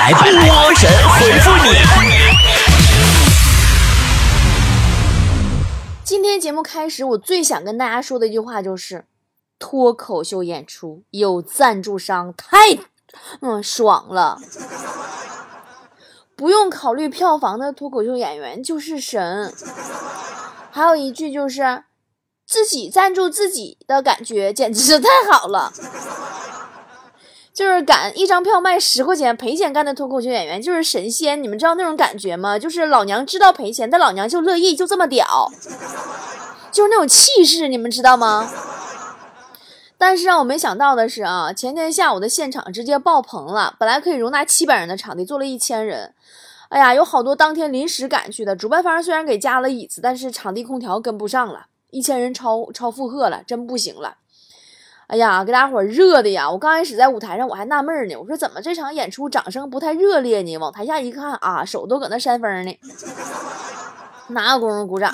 来，波神回复你。 今天节目开始，我最想跟大家说的一句话就是，脱口秀演出有赞助商太爽了。不用考虑票房的脱口秀演员就是神。还有一句就是，自己赞助自己的感觉简直是太好了。就是敢一张票卖10块钱赔钱干的脱口秀演员就是神仙，你们知道那种感觉吗？就是老娘知道赔钱，但老娘就乐意，就这么屌，就是那种气势，你们知道吗？但是让我没想到的是啊，前天下午的现场直接爆棚了，本来可以容纳700人的场地坐了1000人。哎呀，有好多当天临时赶去的，主办方虽然给加了椅子，但是场地空调跟不上了，1000人超负荷了，真不行了。哎呀，给大伙热的呀！我刚开始在舞台上我还纳闷呢，我说怎么这场演出掌声不太热烈呢？往台下一看啊，手都搁那扇风呢，哪有功夫鼓掌？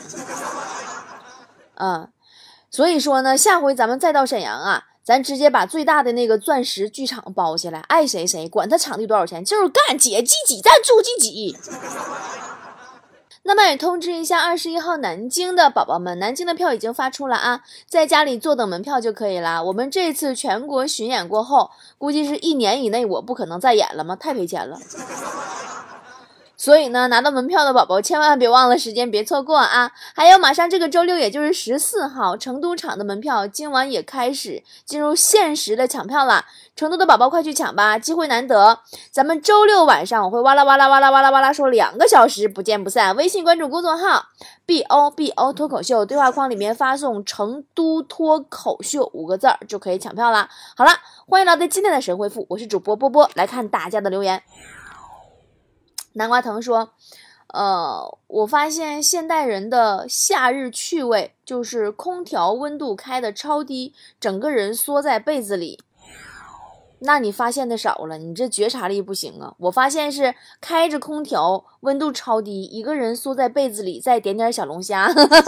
所以说呢，下回咱们再到沈阳啊，咱直接把最大的那个钻石剧场包下来，爱谁谁，管他场地多少钱，就是干，姐自己赞助自己。那么也通知一下21号南京的宝宝们，南京的票已经发出了啊，在家里坐等门票就可以了。我们这次全国巡演过后，估计是1年以内我不可能再演了嘛，太赔钱了。所以呢，拿到门票的宝宝千万别忘了时间，别错过啊！还有马上这个周六，也就是14号，成都场的门票今晚也开始进入限时的抢票了。成都的宝宝快去抢吧，机会难得。咱们周六晚上我会哇啦哇啦哇啦哇啦哇啦说2个小时，不见不散。微信关注公众号 BOBO 脱口秀，对话框里面发送成都脱口秀5个字就可以抢票了。好了，欢迎来到今天的神回复，我是主播波波，来看大家的留言。南瓜藤说，我发现现代人的夏日趣味就是空调温度开的超低，整个人缩在被子里。那你发现的少了，你这觉察力不行啊！我发现是开着空调，温度超低，一个人缩在被子里，再点点小龙虾，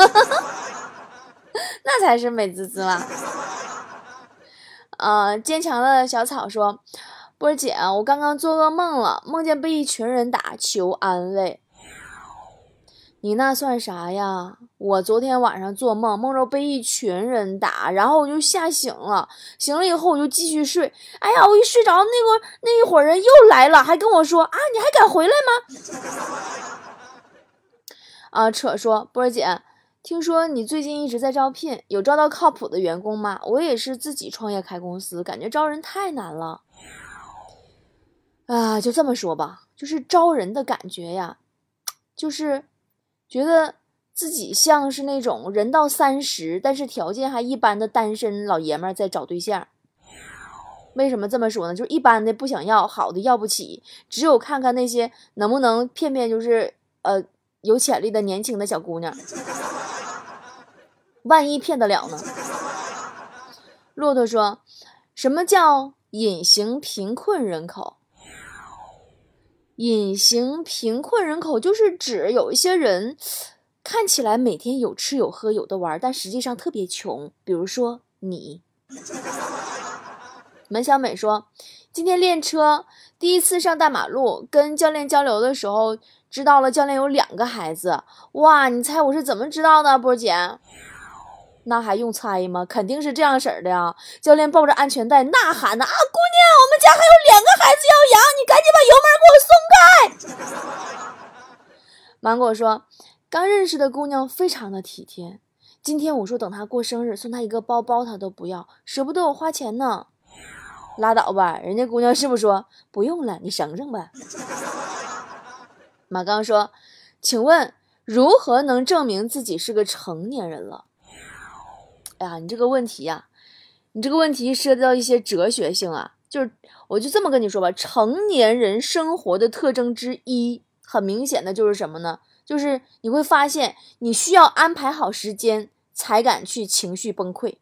那才是美滋滋嘛。坚强的小草说，波儿姐，我刚刚做噩梦了，梦见被一群人打，求安慰。你那算啥呀？我昨天晚上做梦，梦着被一群人打，然后我就吓醒了，醒了以后我就继续睡。哎呀，我一睡着，那一伙人又来了，还跟我说啊，你还敢回来吗？扯说，波儿姐，听说你最近一直在招聘，有招到靠谱的员工吗？我也是自己创业开公司，感觉招人太难了。就这么说吧，就是招人的感觉呀，就是觉得自己像是那种人到30，但是条件还一般的单身老爷们在找对象。为什么这么说呢？就是一般的不想要，好的要不起，只有看看那些能不能骗就是有潜力的年轻的小姑娘，万一骗得了呢？骆驼说，什么叫隐形贫困人口？隐形贫困人口就是指有一些人看起来每天有吃有喝有的玩，但实际上特别穷，比如说你。门小美说，今天练车第一次上大马路，跟教练交流的时候知道了教练有2个孩子。哇，你猜我是怎么知道的，波姐？那还用猜吗？肯定是这样式儿的呀！教练抱着安全带呐喊呢，啊，姑娘，我们家还有2个孩子要养，你赶紧把油门给我松开。芒果说，刚认识的姑娘非常的体贴，今天我说等她过生日送她一个包包，她都不要，舍不得我花钱呢。拉倒吧，人家姑娘是不是说不用了，你省省吧。马刚说，请问如何能证明自己是个成年人了？哎呀，你这个问题涉及到一些哲学性啊，就是我就这么跟你说吧，成年人生活的特征之一，很明显的就是什么呢？就是你会发现你需要安排好时间才敢去情绪崩溃。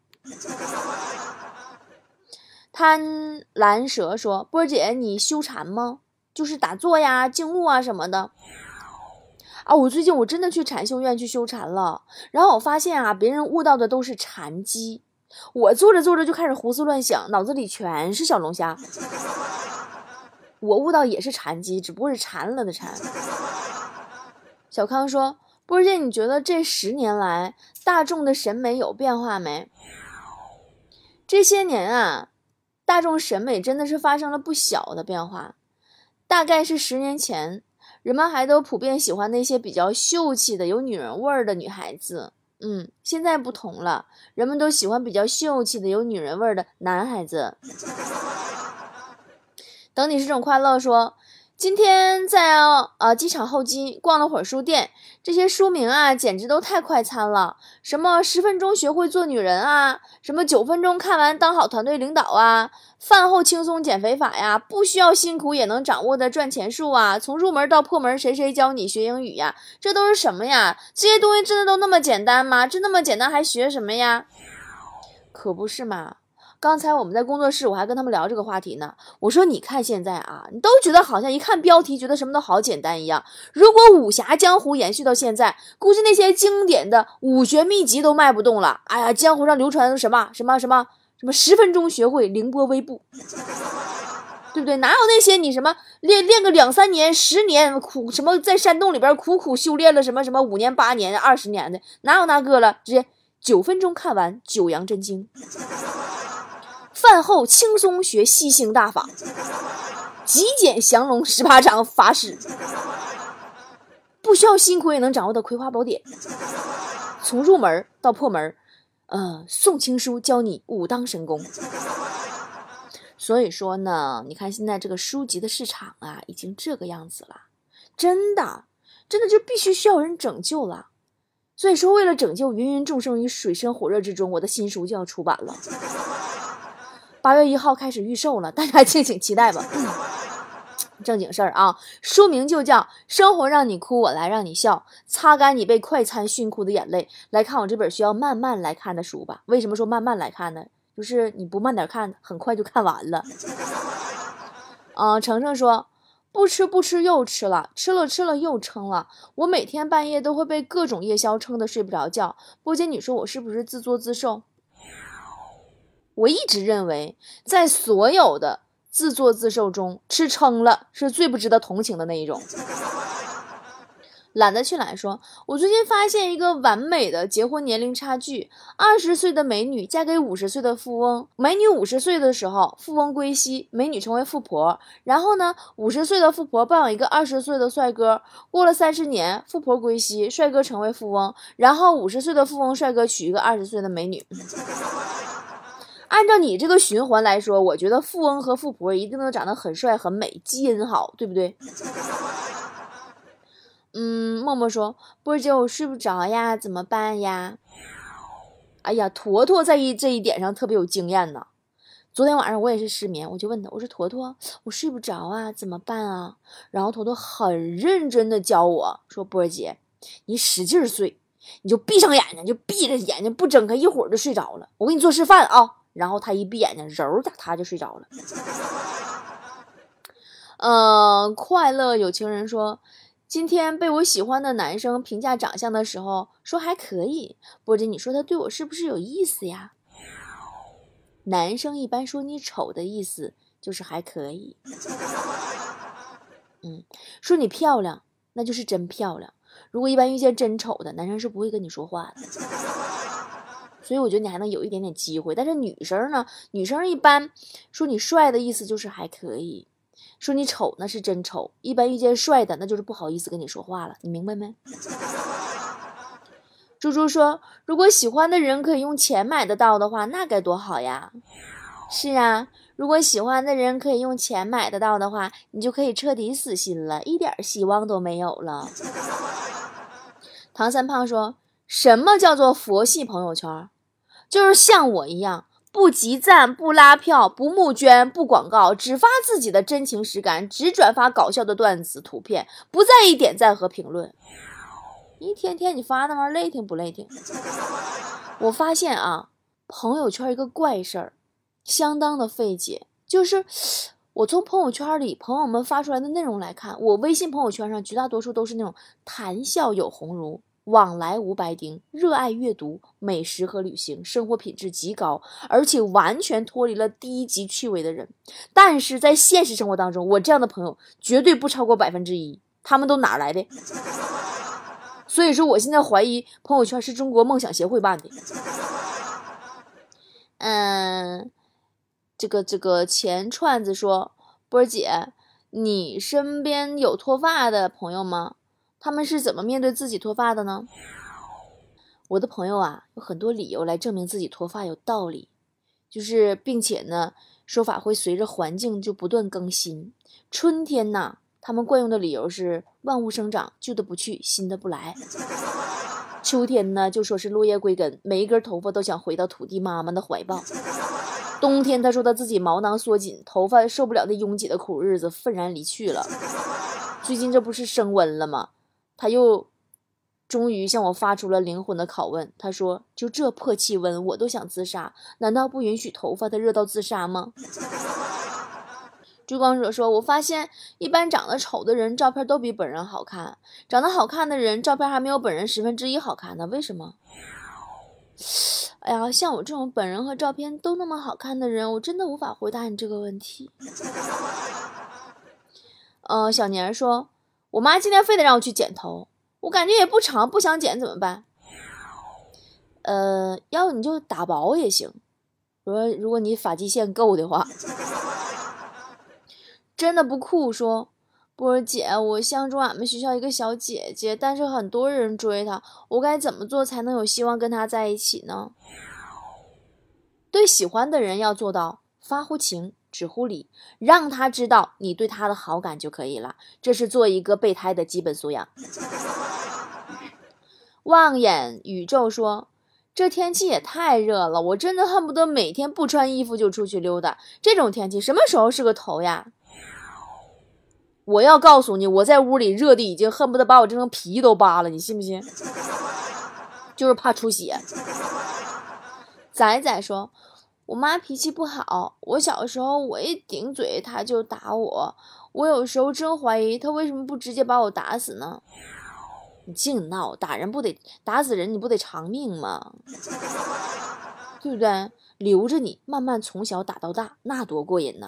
贪蓝蛇说，波姐你修禅吗？就是打坐呀静悟啊什么的。我最近我真的去禅修院去修禅了，然后我发现别人悟到的都是禅机，我做着做着就开始胡思乱想，脑子里全是小龙虾。 我悟到也是残疾，只不过是残了的残。小康说，波儿姐，你觉得这10年来大众的审美有变化没？这些年啊，大众审美真的是发生了不小的变化。大概是10年前，人们还都普遍喜欢那些比较秀气的有女人味儿的女孩子。现在不同了，人们都喜欢比较秀气的有女人味儿的男孩子。等你是种快乐说，今天在机场候机逛了会儿书店，这些书名啊简直都太快餐了，什么10分钟学会做女人啊，什么9分钟看完当好团队领导啊，饭后轻松减肥法呀，不需要辛苦也能掌握的赚钱术啊，从入门到破门谁教你学英语呀，这都是什么呀？这些东西真的都那么简单吗？这那么简单还学什么呀？可不是嘛。刚才我们在工作室我还跟他们聊这个话题呢，我说你看现在啊，你都觉得好像一看标题觉得什么都好简单一样，如果武侠江湖延续到现在，估计那些经典的武学秘籍都卖不动了。哎呀，江湖上流传什么10分钟学会凌波微步，对不对？哪有那些你什么练个2、3年、10年苦什么在山洞里边苦苦修炼了什么5年、8年、20年的，哪有那个了？直接9分钟看完九阳真经。饭后轻松学吸星大法，极简降龙18掌法史，不需要辛苦也能掌握的葵花宝典，从入门到破门，宋青书教你武当神功。所以说呢，你看现在这个书籍的市场啊，已经这个样子了，真的就必须需要人拯救了。所以说，为了拯救芸芸众生于水深火热之中，我的新书就要出版了。8月1号开始预售了，大家敬请期待吧。正经事儿啊，书名就叫《生活让你哭，我来让你笑》，擦干你被快餐熏哭的眼泪，来看我这本需要慢慢来看的书吧。为什么说慢慢来看呢？就是你不慢点看，很快就看完了。程程说，不吃又吃了，吃了又撑了，我每天半夜都会被各种夜宵撑得睡不着觉。波姐，你说我是不是自作自受？我一直认为，在所有的自作自受中，吃撑了是最不值得同情的那一种。懒得去来说，我最近发现一个完美的结婚年龄差距：20岁的美女嫁给50岁的富翁，美女50岁的时候，富翁归西，美女成为富婆。然后呢，50岁的富婆抱养一个20岁的帅哥，过了30年，富婆归西，帅哥成为富翁，然后50岁的富翁帅哥娶一个20岁的美女。按照你这个循环来说，我觉得富翁和富婆一定都长得很帅很美，基因好，对不对？默默说，波儿姐，我睡不着呀，怎么办呀？哎呀，坨坨在这一点上特别有经验呢。昨天晚上我也是失眠，我就问他，我说坨坨，我睡不着啊，怎么办啊？然后坨坨很认真的教我说，波儿姐，你使劲睡，你就闭上眼睛，就闭着眼睛不睁开，一会儿就睡着了。我给你做示范啊。然后他一闭眼睛，揉的他就睡着了。快乐有情人说，今天被我喜欢的男生评价长相的时候说还可以，波姐，你说他对我是不是有意思呀？男生一般说你丑的意思就是还可以。说你漂亮那就是真漂亮，如果一般遇见真丑的，男生是不会跟你说话的。所以我觉得你还能有一点点机会。但是女生呢，女生一般说你帅的意思就是还可以，说你丑那是真丑，一般遇见帅的那就是不好意思跟你说话了，你明白没？猪猪说，如果喜欢的人可以用钱买得到的话，那该多好呀。是啊，如果喜欢的人可以用钱买得到的话，你就可以彻底死心了，一点希望都没有了。唐三胖说，什么叫做佛系朋友圈？就是像我一样，不集赞，不拉票，不募捐，不广告，只发自己的真情实感，只转发搞笑的段子图片，不在意点赞和评论。一天天你发那玩意儿累挺不累挺？我发现啊，朋友圈一个怪事儿，相当的费解。就是我从朋友圈里朋友们发出来的内容来看，我微信朋友圈上绝大多数都是那种谈笑有鸿儒， 往来无白丁，热爱阅读、美食和旅行，生活品质极高，而且完全脱离了低级趣味的人。但是在现实生活当中，我这样的朋友绝对不超过1%，他们都哪来的？所以说我现在怀疑朋友圈是中国梦想协会办的。这个钱串子说，波儿姐，你身边有脱发的朋友吗？他们是怎么面对自己脱发的呢？我的朋友啊，有很多理由来证明自己脱发有道理，并且呢，说法会随着环境就不断更新。春天呐，他们惯用的理由是万物生长，旧的不去，新的不来。秋天呢，就说是落叶归根，每一根头发都想回到土地妈妈的怀抱。冬天他说他自己毛囊缩紧，头发受不了那拥挤的苦日子，愤然离去了。最近这不是升温了吗？他又终于向我发出了灵魂的拷问，他说，就这破气温我都想自杀，难道不允许头发它热到自杀吗？追光者说，我发现一般长得丑的人照片都比本人好看，长得好看的人照片还没有本人1/10好看呢，为什么？哎呀，像我这种本人和照片都那么好看的人，我真的无法回答你这个问题。小年说，我妈今天非得让我去剪头，我感觉也不长，不想剪怎么办？要不你就打薄也行，如果你发际线够的话。真的不酷说，波儿姐，我相中俺们学校一个小姐姐，但是很多人追她，我该怎么做才能有希望跟她在一起呢？对喜欢的人要做到发乎情，止乎礼，让他知道你对他的好感就可以了，这是做一个备胎的基本素养。望眼宇宙说，这天气也太热了，我真的恨不得每天不穿衣服就出去溜达，这种天气什么时候是个头呀？我要告诉你，我在屋里热的已经恨不得把我这层皮都扒了，你信不信？就是怕出血。仔仔说，我妈脾气不好，我小时候我一顶嘴她就打我，我有时候真怀疑她为什么不直接把我打死呢？你净闹，打死人你不得偿命吗？对不对？留着你慢慢从小打到大，那多过瘾呢。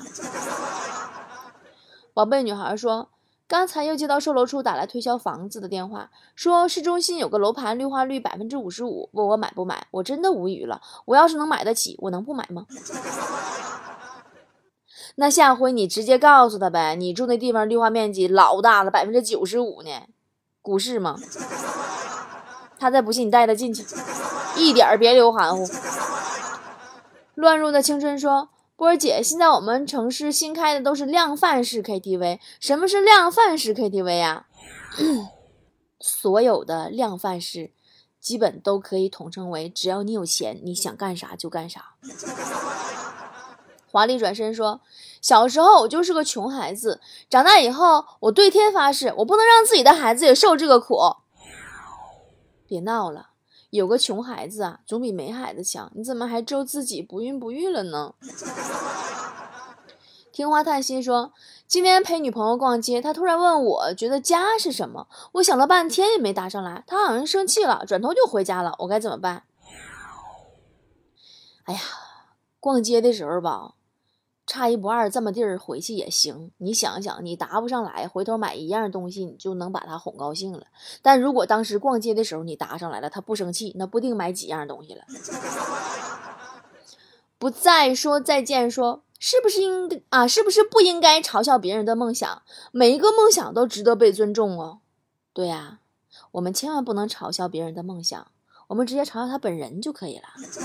宝贝女孩说，刚才又接到售楼处打来推销房子的电话，说市中心有个楼盘绿化率55%，问我买不买，我真的无语了，我要是能买得起，我能不买吗？那下回你直接告诉他呗，你住那地方绿化面积老大了，95%呢，股市吗？他再不信你带他进去，一点别留含糊。乱入的青春说，波儿姐，现在我们城市新开的都是量贩式 KTV， 什么是量贩式 KTV 啊？所有的量贩式基本都可以统称为只要你有钱，你想干啥就干啥。华丽转身说，小时候我就是个穷孩子，长大以后我对天发誓，我不能让自己的孩子也受这个苦。别闹了，有个穷孩子啊，总比没孩子强，你怎么还咒自己不孕不育了呢？听花叹息说，今天陪女朋友逛街，她突然问我觉得家是什么，我想了半天也没答上来，她好像生气了，转头就回家了，我该怎么办？哎呀，逛街的时候吧，差一不二这么地儿回去也行，你想想，你答不上来，回头买一样东西你就能把他哄高兴了。但如果当时逛街的时候你答上来了，他不生气，那不定买几样东西了。不再说再见说，是不是不应该嘲笑别人的梦想？每一个梦想都值得被尊重哦。对呀，我们千万不能嘲笑别人的梦想，我们直接嘲笑他本人就可以了。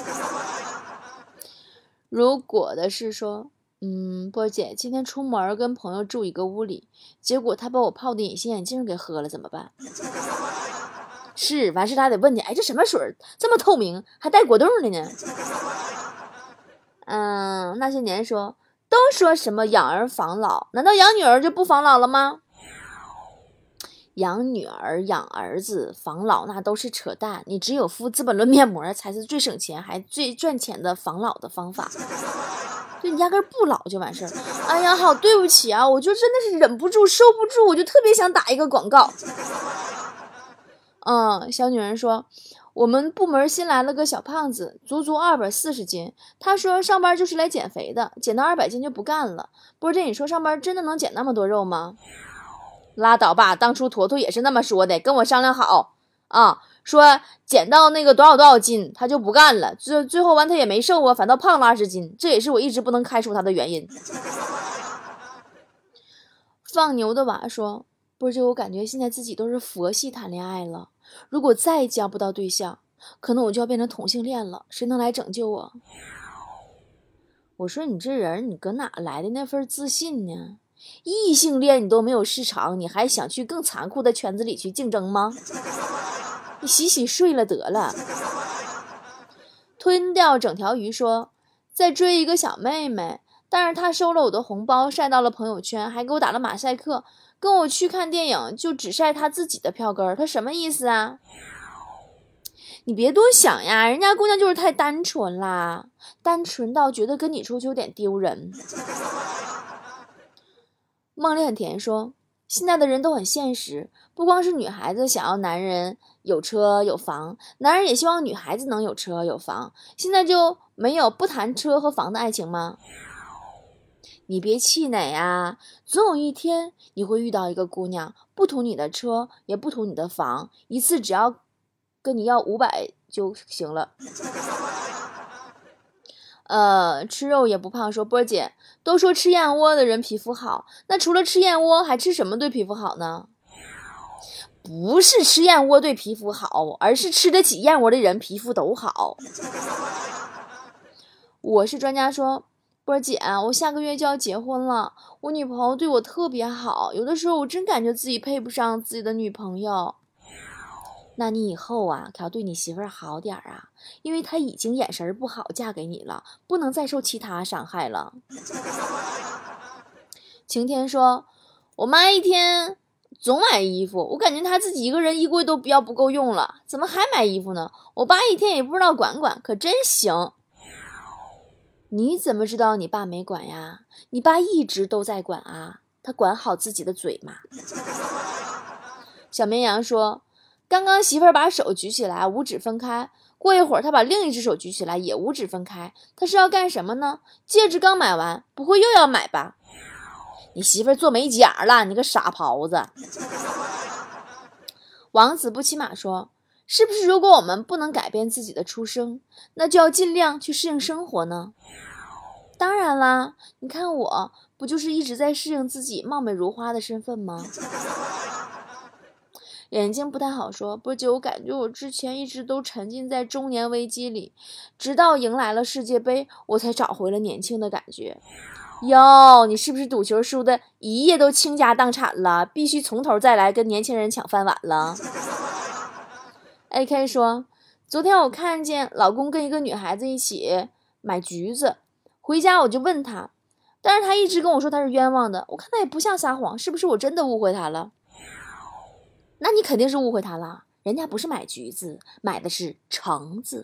如果的是说，波姐，今天出门跟朋友住一个屋里，结果他把我泡的隐形眼镜给喝了，怎么办？是，完事他得问你，哎，这什么水这么透明，还带果冻的呢？那些年说，都说什么养儿防老，难道养女儿就不防老了吗？养女儿、养儿子、防老那都是扯淡，你只有敷资本论面膜才是最省钱还最赚钱的防老的方法。对，你压根不老就完事儿。哎呀，好对不起啊，我就真的是忍不住收不住，我就特别想打一个广告。 小女人说，我们部门新来了个小胖子，足足240斤。他说上班就是来减肥的，减到200斤就不干了。波姐，你说上班真的能减那么多肉吗？拉倒吧，当初坨坨也是那么说的，跟我商量好啊，说减到那个多少斤他就不干了，最后完他也没瘦啊，反倒胖了20斤，这也是我一直不能开除他的原因。放牛的娃说，波姐，我感觉现在自己都是佛系谈恋爱了，如果再交不到对象，可能我就要变成同性恋了，谁能来拯救我？我说你这人你搁哪来的那份自信呢？异性恋你都没有市场，你还想去更残酷的圈子里去竞争吗？你洗洗睡了得了。吞掉整条鱼说，在追一个小妹妹，但是她收了我的红包晒到了朋友圈，还给我打了马赛克，跟我去看电影就只晒她自己的票根，她什么意思啊？你别多想呀，人家姑娘就是太单纯啦，单纯到觉得跟你出去有点丢人。梦里很甜说，现在的人都很现实，不光是女孩子想要男人有车有房，男人也希望女孩子能有车有房。现在就没有不谈车和房的爱情吗？你别气馁啊，总有一天你会遇到一个姑娘，不图你的车也不图你的房，一次只要跟你要500就行了。吃肉也不胖说，波姐，都说吃燕窝的人皮肤好，那除了吃燕窝还吃什么对皮肤好呢？不是吃燕窝对皮肤好，而是吃得起燕窝的人皮肤都好。我是专家说，波姐，我下个月就要结婚了，我女朋友对我特别好，有的时候我真感觉自己配不上自己的女朋友。那你以后啊，可要对你媳妇儿好点啊，因为她已经眼神不好嫁给你了，不能再受其他伤害了。晴天说，我妈一天总买衣服，我感觉她自己一个人衣柜都不够用了，怎么还买衣服呢？我爸一天也不知道管管，可真行。你怎么知道你爸没管呀？你爸一直都在管啊，他管好自己的嘴嘛。小绵羊说，刚刚媳妇儿把手举起来，五指分开，过一会儿她把另一只手举起来，也五指分开，她是要干什么呢？戒指刚买完，不会又要买吧？你媳妇儿做美甲了，你个傻狍子。王子不骑马说，是不是如果我们不能改变自己的出生，那就要尽量去适应生活呢？当然啦，你看我不就是一直在适应自己貌美如花的身份吗？眼睛不太好说，波姐，我感觉我之前一直都沉浸在中年危机里，直到迎来了世界杯，我才找回了年轻的感觉。哟，你是不是赌球输的一夜都倾家荡产了，必须从头再来跟年轻人抢饭碗了？ AK 说，昨天我看见老公跟一个女孩子一起买橘子，回家我就问他，但是他一直跟我说他是冤枉的，我看他也不像撒谎，是不是我真的误会他了？那你肯定是误会他了，人家不是买橘子，买的是橙子。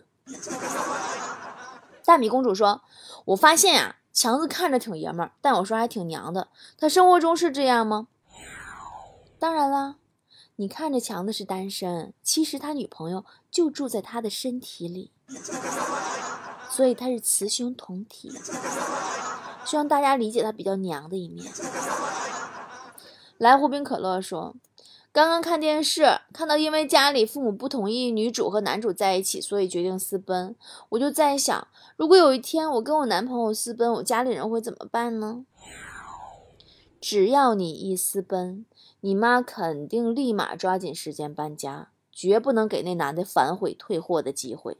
大米公主说，我发现啊，强子看着挺爷们儿，但有时候还挺娘的，他生活中是这样吗？当然啦，你看着强子是单身，其实他女朋友就住在他的身体里，所以他是雌雄同体，希望大家理解他比较娘的一面。来壶冰可乐说，刚刚看电视，看到因为家里父母不同意女主和男主在一起，所以决定私奔。我就在想，如果有一天我跟我男朋友私奔，我家里人会怎么办呢？只要你一私奔，你妈肯定立马抓紧时间搬家，绝不能给那男的反悔退货的机会。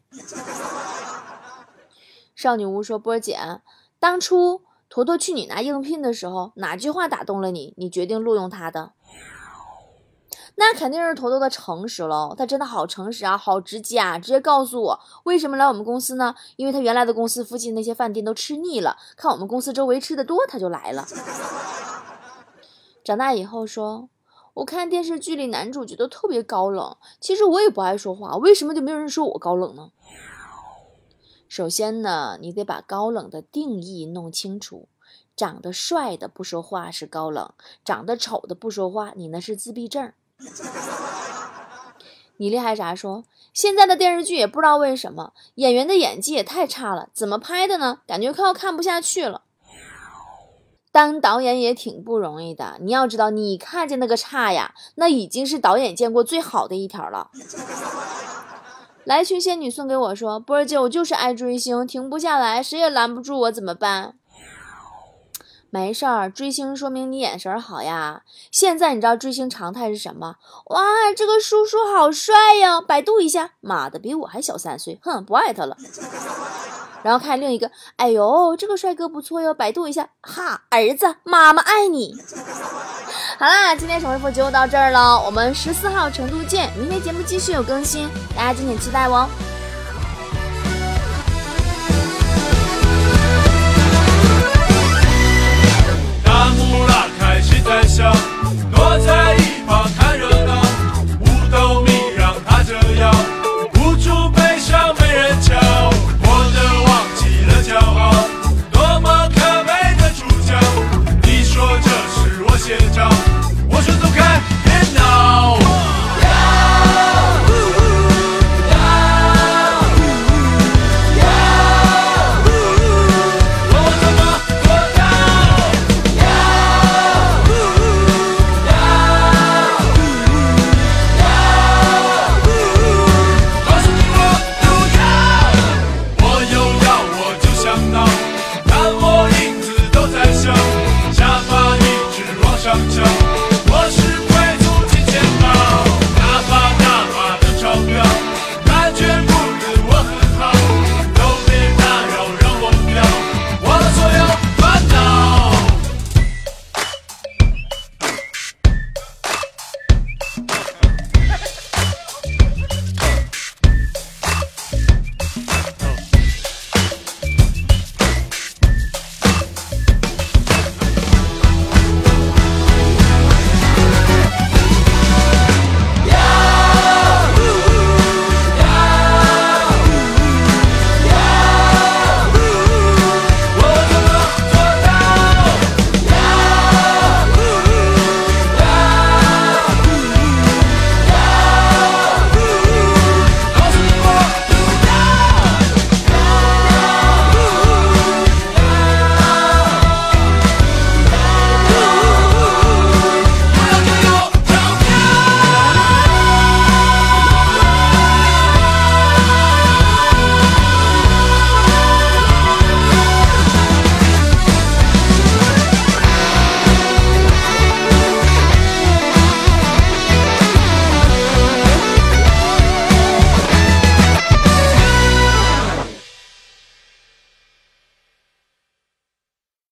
少女屋说，波姐，当初坨坨去你拿应聘的时候，哪句话打动了你，你决定录用他的？那肯定是坨坨的诚实喽，他真的好诚实啊，好直接啊，直接告诉我为什么来我们公司呢？因为他原来的公司附近那些饭店都吃腻了，看我们公司周围吃的多，他就来了。长大以后说，我看电视剧里男主角都特别高冷，其实我也不爱说话，为什么就没有人说我高冷呢？首先呢，你得把高冷的定义弄清楚，长得帅的不说话是高冷，长得丑的不说话，你那是自闭症。 你厉害啥说，现在的电视剧也不知道为什么演员的演技也太差了，怎么拍的呢？感觉快要看不下去了。当导演也挺不容易的，你要知道你看见那个差呀，那已经是导演见过最好的一条了。来群仙女送给我说，波儿姐，我就是爱追星，停不下来，谁也拦不住我，怎么办？没事儿，追星说明你眼神好呀。现在你知道追星常态是什么？哇，这个叔叔好帅呀！百度一下，妈的，比我还小3岁，哼，不爱他了。然后看另一个，哎呦，这个帅哥不错哟，百度一下，哈，儿子，妈妈爱你。好啦，今天神回复就到这儿了，我们14号成都见，明天节目继续有更新，大家敬请期待哦。 大幕拉开，谁在笑？